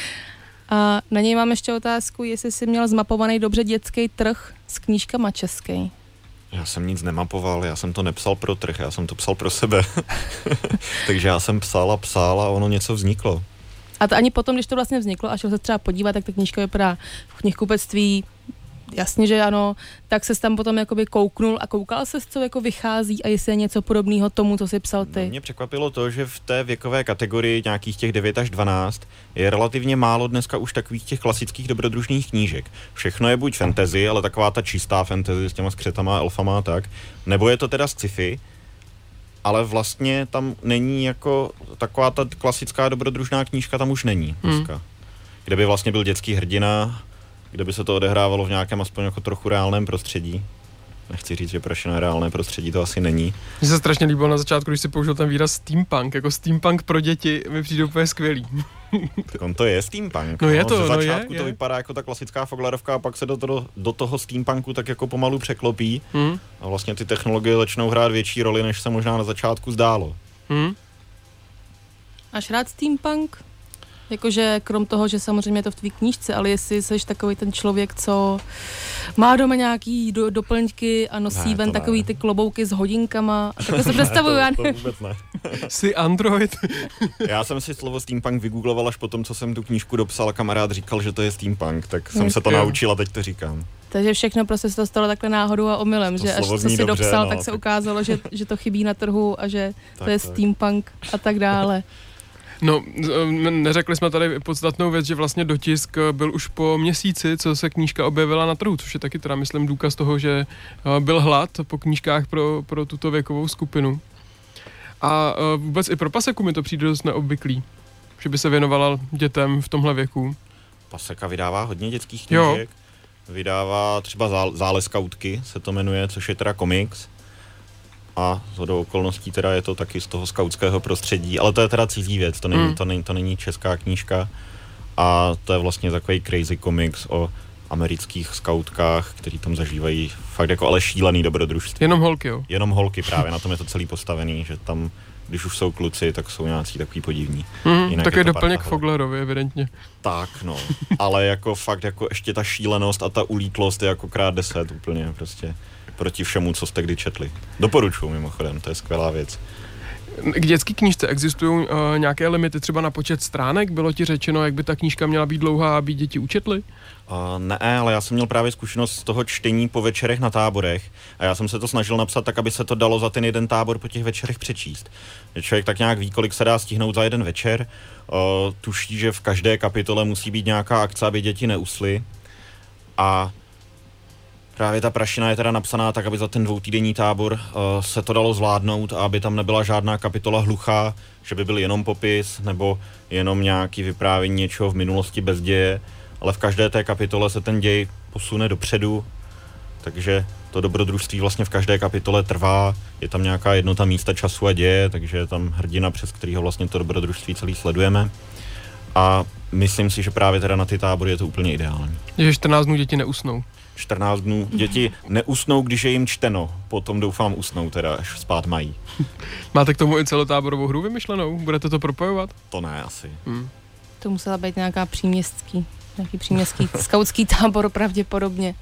A na něj mám ještě otázku, jestli jsi měl zmapovaný dobře dětský trh s knížkama český. Já jsem nic nemapoval, já jsem to nepsal pro trh, já jsem to psal pro sebe. Takže já jsem psal a ono něco vzniklo. A to ani potom, když to vlastně vzniklo a šel se třeba podívat, tak ta knížka vypadá v knihkupectví, jasně, že ano, tak ses tam potom jakoby kouknul a koukal ses, co jako vychází a jestli je něco podobného tomu, co jsi psal ty. Mě překvapilo to, že v té věkové kategorii nějakých těch 9 až 12 je relativně málo dneska už takových těch klasických dobrodružných knížek. Všechno je buď fantasy, ale taková ta čistá fantasy s těma skřetama, elfama a tak, nebo je to teda sci-fi, ale vlastně tam není jako taková ta klasická dobrodružná knížka, tam už není dneska. Kde by vlastně byl dětský hrdina, kde by se to odehrávalo v nějakém aspoň jako trochu reálném prostředí. Nechci říct, že Prašina je reálné prostředí, to asi není. Mně se strašně líbilo na začátku, když si použil ten výraz steampunk, jako steampunk pro děti mi přijde úplně skvělý. Tak on to je steampunk. No je to, ze začátku to vypadá jako ta klasická Foglarovka a pak se do toho steampunku tak jako pomalu překlopí a vlastně ty technologie začnou hrát větší roli, než se možná na začátku zdálo. Máš rád steampunk? Jakože krom toho, že samozřejmě je to v tvý knížce, ale jestli jsi takový ten člověk, co má doma nějaký doplňky a nosí ven takový ty klobouky s hodinkama. A takhle se představuju. To vůbec ne. Jsi android? Já jsem si slovo steampunk vygoogloval až potom, co jsem tu knížku dopsal a kamarád říkal, že to je steampunk, tak jsem se to naučil a teď to říkám. Takže všechno prostě se to stalo takhle náhodou a omylem, že až co si dobře, dopsal, tak se ukázalo, že to chybí na trhu a že to je steampunk a tak dále. No, neřekli jsme tady podstatnou věc, že vlastně dotisk byl už po měsíci, co se knížka objevila na trhu, což je taky teda, myslím, důkaz toho, že byl hlad po knížkách pro tuto věkovou skupinu. A vůbec i pro Paseku mi to přijde dost neobvyklý, že by se věnovala dětem v tomhle věku. Paseka vydává hodně dětských knížek. Jo. Vydává třeba Záleskautky, se to jmenuje, což je teda komiks. A shodou okolností teda je to taky z toho skautského prostředí, ale to je teda cizí věc, to není česká knížka a to je vlastně takový crazy komiks o amerických skautkách, kteří tam zažívají fakt jako ale šílený dobrodružství. Jenom holky, jo? Jenom holky právě, na tom je to celý postavený, že tam, když už jsou kluci, tak jsou nějací takový podivní. Tak je doplněk Foglarovi, evidentně. Tak, no, ale jako fakt jako ještě ta šílenost a ta ulítlost je jako krát 10 úplně prostě. Proti všemu, co jste kdy četli. Doporučuji mimochodem, to je skvělá věc. K dětské knížce existují nějaké limity třeba na počet stránek? Bylo ti řečeno, jak by ta knížka měla být dlouhá, aby děti učetly? Ne, ale já jsem měl právě zkušenost z toho čtení po večerech na táborech a já jsem se to snažil napsat tak, aby se to dalo za ten jeden tábor po těch večerech přečíst. Že člověk tak nějak ví, kolik se dá stihnout za jeden večer, tuší, že v každé kapitole musí být nějaká akce, aby děti neusly a právě ta Prašina je teda napsaná tak, aby za ten 2týdenní tábor se to dalo zvládnout a aby tam nebyla žádná kapitola hluchá, že by byl jenom popis nebo jenom nějaký vyprávění něčeho v minulosti bez děje, ale v každé té kapitole se ten děj posune dopředu, takže to dobrodružství vlastně v každé kapitole trvá, je tam nějaká jednota místa, času a děje, takže je tam hrdina, přes kterýho vlastně to dobrodružství celý sledujeme. A myslím si, že právě teda na ty tábory je to úplně ideální. Že 14 dnů děti neusnou. 14 dnů. Děti neusnou, když je jim čteno. Potom doufám usnou teda, až spát mají. Máte k tomu i celotáborovou hru vymyšlenou? Budete to propojovat? To ne, asi. To musela být nějaký příměstský skautský tábor pravděpodobně.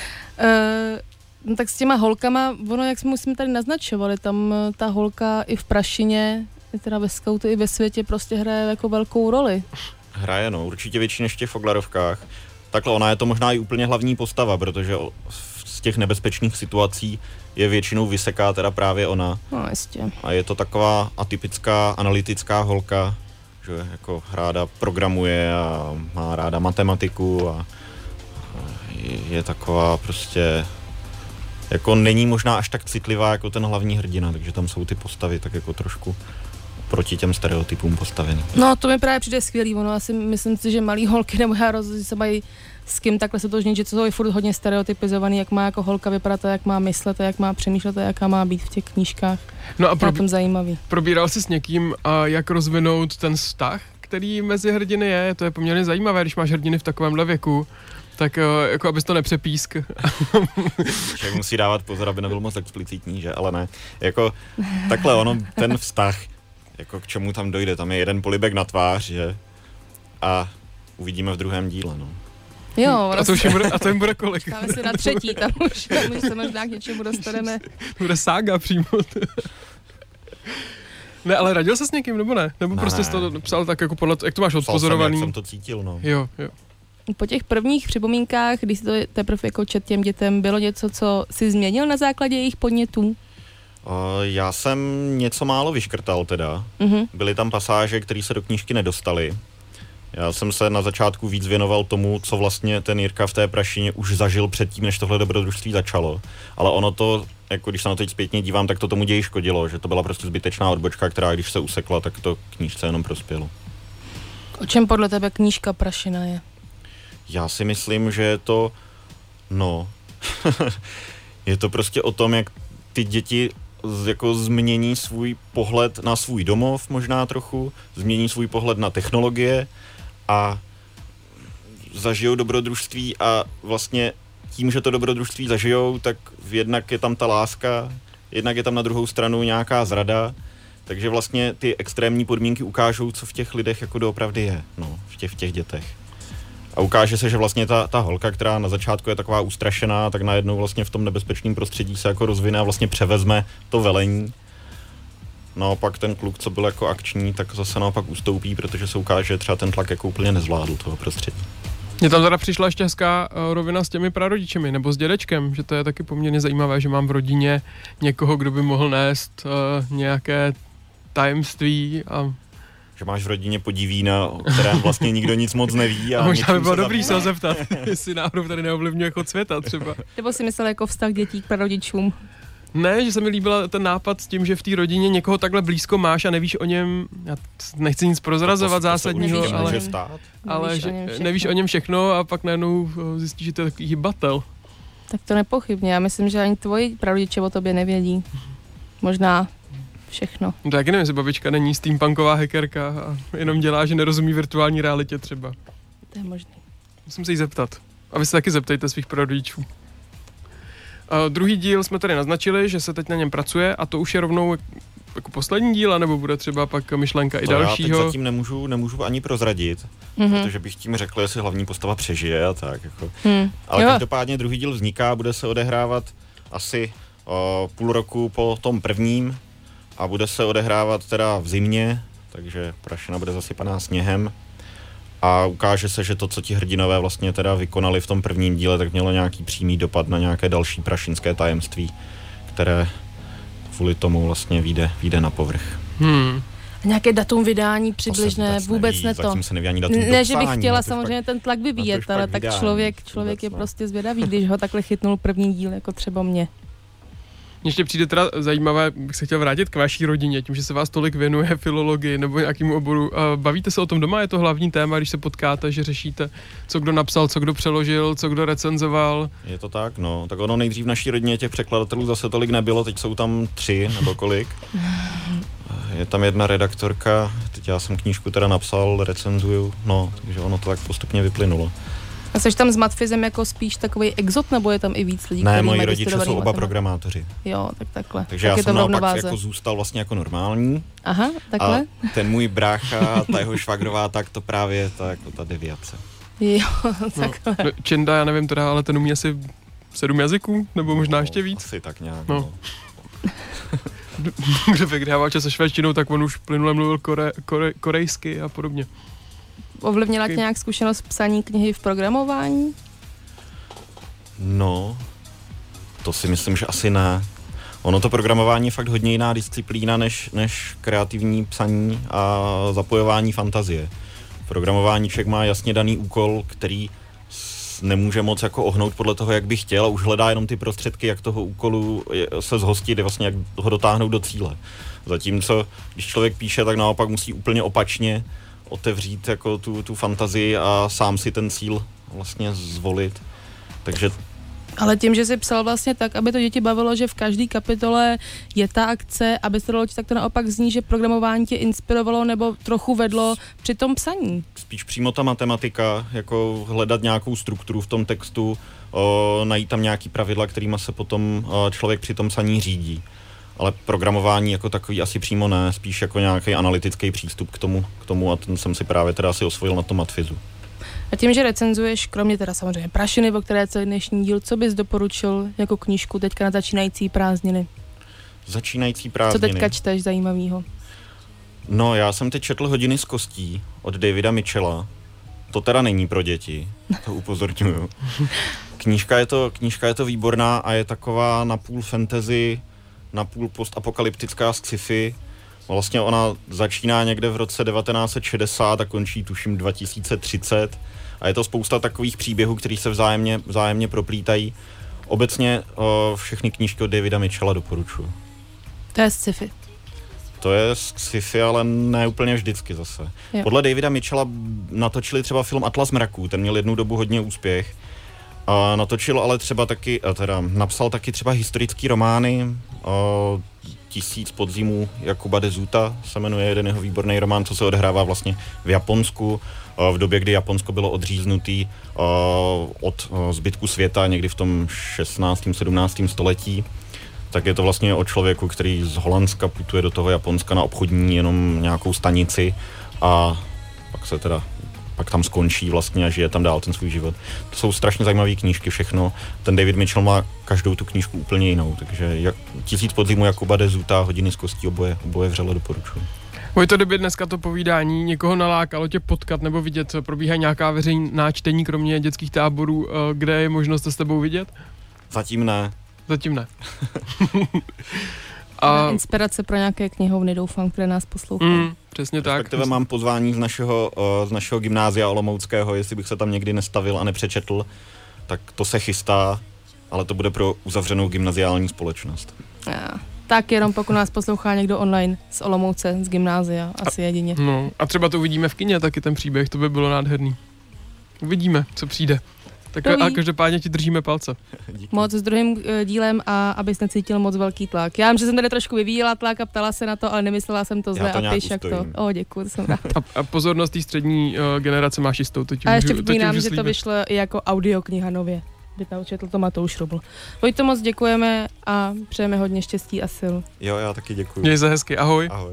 No tak s těma holkama, ono, jak jsme tady naznačovali, tam ta holka i v Prašině, teda ve skautu i ve světě prostě hraje jako velkou roli. Hraje, no, určitě větší než v těch Foglarovkách. Takhle, ona je to možná i úplně hlavní postava, protože z těch nebezpečných situací je většinou vyseká teda právě ona. No, jistě. A je to taková atypická analytická holka, že jako ráda programuje a má ráda matematiku a je taková prostě, jako není možná až tak citlivá jako ten hlavní hrdina, takže tam jsou ty postavy tak jako trošku proti těm stereotypům postavený. No, to mi právě přijde skvělý, ono asi myslím si, že malý holky nebo já se mají s kým takhle se to žnit, že to je furt hodně stereotypizovaný, jak má jako holka vypadat, jak má myslet, jak má přemýšlet, jaká má být v těch knížkách. No a to je tom zajímavý. Probíral jsi s někým, jak rozvinout ten vztah, který mezi hrdiny je? To je poměrně zajímavé, když máš hrdiny v takovémhle věku. Tak jako abys to nepřepísk. Však musí dávat pozor, aby nebyl moc explicitní, že? Ale ne. Jako takhle ono, ten vztah, jako k čemu tam dojde, tam je jeden polibek na tvář, že? A uvidíme v druhém díle, no. Jo, a to jim bude kolik? Dáme si na třetí, tam už se možná k něčemu dostaneme. Bude sága přímo. Ne, ale radil se s někým, nebo ne? Nebo ne, prostě jsi to psal tak jako podle, jak to máš odpozorovaný? Jak jsem to cítil, no. Jo. Po těch prvních připomínkách, když jsi to teprve jako čet těm dětem, bylo něco, co jsi změnil na základě jejich podnětů? Já jsem něco málo vyškrtal teda. Byly tam pasáže, které se do knížky nedostaly. Já jsem se na začátku víc věnoval tomu, co vlastně ten Jirka v té prašině už zažil předtím, než tohle dobrodružství začalo. Ale ono to, jako když se na to teď zpětně dívám, tak to tomu ději škodilo, že to byla prostě zbytečná odbočka, která když se usekla, tak to knížce jenom prospělo. O čem podle tebe knížka Prašina je? Já si myslím, že je to, je to prostě o tom, jak ty děti jako změní svůj pohled na svůj domov možná trochu, změní svůj pohled na technologie a zažijou dobrodružství a vlastně tím, že to dobrodružství zažijou, tak jednak je tam ta láska, jednak je tam na druhou stranu nějaká zrada, takže vlastně ty extrémní podmínky ukážou, co v těch lidech jako doopravdy je, v těch dětech. A ukáže se, že vlastně ta holka, která na začátku je taková ustrašená, tak najednou vlastně v tom nebezpečném prostředí se jako rozvine a vlastně převezme to velení. No a pak ten kluk, co byl jako akční, tak zase naopak ustoupí, protože se ukáže, že třeba ten tlak jako úplně nezvládl toho prostředí. Mně tam teda přišla ještě hezká rovina s těmi prarodičemi, nebo s dědečkem, že to je taky poměrně zajímavé, že mám v rodině někoho, kdo by mohl nést nějaké tajemství a... Že máš v rodině podivína, o kterém vlastně nikdo nic moc neví. A možná by bylo dobrý se ho zeptat, jestli náhodou tady neovlivňuje chod světa třeba. Nebo si myslel jako vztah dětí k prarodičům? Ne, že se mi líbil ten nápad s tím, že v té rodině někoho takhle blízko máš a nevíš o něm, já nechci nic prozrazovat zásadního, ale že nevíš o něm všechno a pak najednou zjistíš, že to je takový hybatel. Tak to nepochybně, já myslím, že ani tvoji prarodiče o tobě nevědí. Možná všechno. No tak nevím, jestli babička není steampunková hackerka a jenom dělá, že nerozumí virtuální realitě třeba. To je možný. Musím se jí zeptat. A vy se taky zeptejte svých prarodičů. Druhý díl jsme tady naznačili, že se teď na něm pracuje a to už je rovnou jako poslední díl, nebo bude třeba pak myšlenka i dalšího? Já teď zatím nemůžu ani prozradit, protože bych tím řekl, jestli hlavní postava přežije a tak. Jako. Ale každopádně druhý díl vzniká, bude se odehrávat asi půl roku po tom prvním a bude se odehrávat teda v zimě, takže Prašina bude zasypaná sněhem. A ukáže se, že to, co ti hrdinové vlastně teda vykonali v tom prvním díle, tak mělo nějaký přímý dopad na nějaké další prašinské tajemství, které kvůli tomu vlastně vyjde na povrch. A nějaké datum vydání přibližné, vůbec ne to. Zatím se neví ani datum ne, že bych chtěla samozřejmě ten tlak vyvíjet, ale tak člověk je prostě zvědavý, když ho takhle chytnul první díl, jako třeba mě. Ještě přijde teda zajímavé, bych se chtěl vrátit k vaší rodině, tím, že se vás tolik věnuje filologii nebo nějakému oboru. Bavíte se o tom doma? Je to hlavní téma, když se potkáte, že řešíte, co kdo napsal, co kdo přeložil, co kdo recenzoval? Je to tak, no. Tak ono nejdřív v naší rodině těch překladatelů zase tolik nebylo, teď jsou tam 3 nebo kolik. Je tam jedna redaktorka, teď já jsem knížku teda napsal, recenzuju, no, takže ono to tak postupně vyplynulo. A jsi tam s matfizem jako spíš takový exot, nebo je tam i víc lidí? Ne, moji rodiče jsou oba programátoři. Jo, tak takhle. Takže tak já jsem naopak jako zůstal vlastně jako normální. Aha, takhle. A ten můj brácha, ta jeho švagrová, tak to právě je ta deviace. Jo, takhle. No, Čenda, já nevím teda, ale ten umí asi 7 jazyků, nebo možná ještě víc? Asi tak nějak, no. Kdo vyhrával čas se švédštinou, tak on už plynule mluvil korejsky a podobně. Ovlivnila tě nějak zkušenost psaní knihy v programování? No, To si myslím, že asi ne. Ono to programování je fakt hodně jiná disciplína než kreativní psaní a zapojování fantazie. Programování člověk má jasně daný úkol, který nemůže moc jako ohnout podle toho, jak by chtěl, a už hledá jenom ty prostředky, jak toho úkolu se zhostit, vlastně jak ho dotáhnout do cíle. Zatímco, když člověk píše, tak naopak musí úplně opačně otevřít jako tu fantazii a sám si ten cíl vlastně zvolit. Takže ale tím, že jsi psal vlastně tak, aby to děti bavilo, že v každé kapitole je ta akce, aby se dalo tak to naopak zní, že programování tě inspirovalo nebo trochu vedlo při tom psaní. Spíš přímo ta matematika, jako hledat nějakou strukturu v tom textu, najít tam nějaký pravidla, kterýma se potom člověk při tom psaní řídí. Ale programování jako takový asi přímo ne, spíš jako nějaký analytický přístup k tomu a ten jsem si právě teda asi osvojil na tom matfizu. A tím, že recenzuješ, kromě teda samozřejmě Prašiny, o které je celý dnešní díl, co bys doporučil jako knížku teďka na začínající prázdniny? Začínající prázdniny. Co teďka čteš zajímavého? No, já jsem teď četl Hodiny z kostí od Davida Mitchella. To teda není pro děti, to upozorňuju. Knížka je to výborná a je taková napůl fantasy, napůl postapokalyptická sci-fi. Vlastně ona začíná někde v roce 1960 a končí tuším 2030 a je to spousta takových příběhů, které se vzájemně proplítají. Obecně všechny knížky od Davida Mitchella doporučuji. To je sci-fi. To je sci-fi, ale ne úplně vždycky zase. Jo. Podle Davida Mitchella natočili třeba film Atlas mraků, ten měl jednu dobu hodně úspěch. A natočil ale třeba taky, napsal taky třeba historický romány, 1000 podzimů Jakuba de Zuta se jmenuje jeden jeho výborný román, co se odehrává vlastně v Japonsku, v době, kdy Japonsko bylo odříznutý od zbytku světa někdy v tom 16. 17. století. Tak je to vlastně o člověku, který z Holandska putuje do toho Japonska na obchodní jenom nějakou stanici a pak tam skončí vlastně a žije tam dál ten svůj život. To jsou strašně zajímavé knížky všechno. Ten David Mitchell má každou tu knížku úplně jinou, takže 1000 podzimů Jakuba de Zuta, Hodiny z kostí, oboje vřele doporučuji. Vojto, kdyby dneska to povídání někoho nalákalo tě potkat nebo vidět, probíhají nějaká veřejná čtení, kromě dětských táborů, kde je možnost to s tebou vidět? Zatím ne. A inspirace pro nějaké knihovny, doufám, které nás poslouchají. Přesně tak. Respektive mám pozvání z našeho gymnázia olomouckého, jestli bych se tam někdy nestavil a nepřečetl, tak to se chystá, ale to bude pro uzavřenou gymnaziální společnost. Tak jenom pokud nás poslouchá někdo online z Olomouce, z gymnázia, asi jedině. No, a třeba to uvidíme v kině, taky ten příběh, to by bylo nádherný. Uvidíme, co přijde. Tak a každopádně ti držíme palce. Díky. Moc s druhým dílem a abys necítil moc velký tlak. Já vím, že jsem tady trošku vyvíjela tlak a ptala se na to, ale nemyslela jsem to zle a píš jak to. Děkuji, to jsem rád. A pozornost té střední generace máš jistou. A ještě připomínám, že to vyšlo i jako audiokniha nově. Vyčetl to Matouš Rubl. Vojto, moc děkujeme a přejeme hodně štěstí a sil. Jo, já taky děkuji. Měj se hezky, ahoj. Ahoj.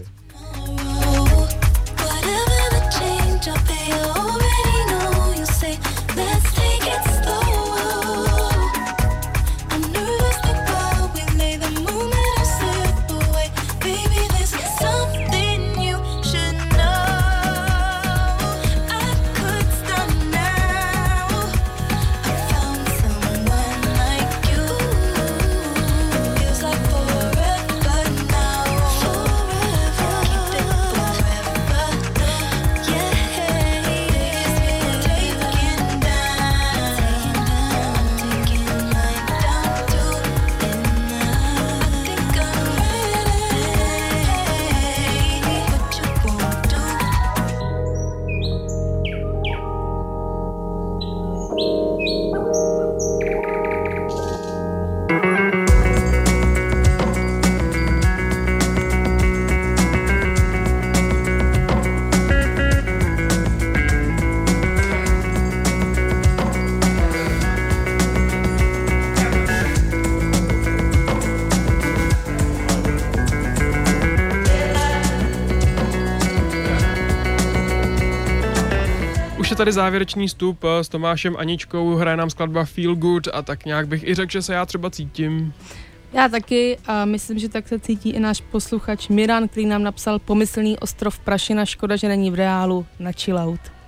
Tady závěrečný vstup s Tomášem Aničkou, hraje nám skladba Feel Good a tak nějak bych i řekl, že se já třeba cítím. Já taky a myslím, že tak se cítí i náš posluchač Miran, který nám napsal pomyslný ostrov Prašina, škoda, že není v reálu, na chillout.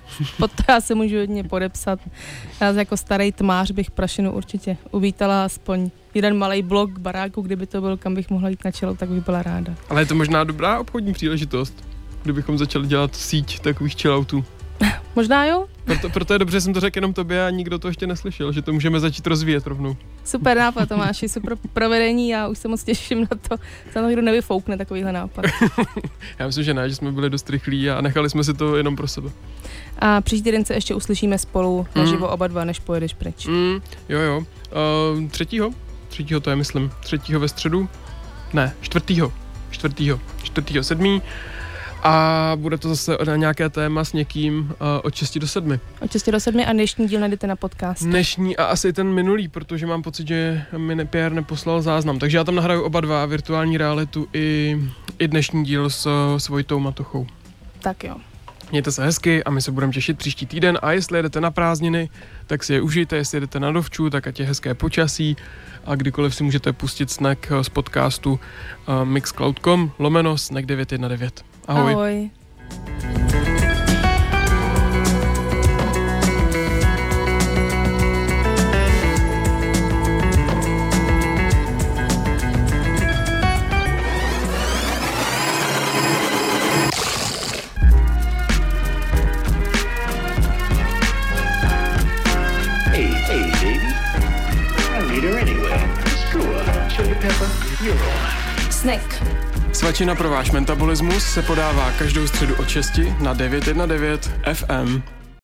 Pod to já se můžu hodně podepsat. Já jako starý tmář bych prašinu určitě uvítala aspoň jeden malej blok baráku, kdyby to byl, kam bych mohla jít na chillout, tak bych byla ráda. Ale je to možná dobrá obchodní příležitost, kdybychom začali dělat síť takových chilloutů. Možná jo? Proto je dobře, jsem to řekl jenom tobě a nikdo to ještě neslyšel, že to můžeme začít rozvíjet rovnou. Super nápad, Tomáši, super provedení, já už se moc těším na to, co někdo nevyfoukne takovýhle nápad. Já myslím, že ne, že jsme byli dost rychlí a nechali jsme si to jenom pro sebe. A příští týden se ještě uslyšíme spolu naživo oba dva, než pojedeš pryč. Jo. 3. to je, myslím, 3. ve středu? Ne, 4. 7. A bude to zase na nějaké téma s někým od 6 do 7. Od 6 do 7 a dnešní díl najdete na podcastu. Dnešní a asi ten minulý, protože mám pocit, že mi Pierre neposlal záznam. Takže já tam nahraju oba dva, virtuální realitu i dnešní díl s Vojtou Matochou. Tak jo. Mějte se hezky a my se budeme těšit příští týden a jestli jedete na prázdniny, tak si je užijte, jestli jedete na dovču, tak ať je hezké počasí a kdykoliv si můžete pustit snack z podcastu mixcloud.com/snack919. Ahoj. Ahoj. Snack. Svačina pro váš metabolismus se podává každou středu od 6 na 919 FM.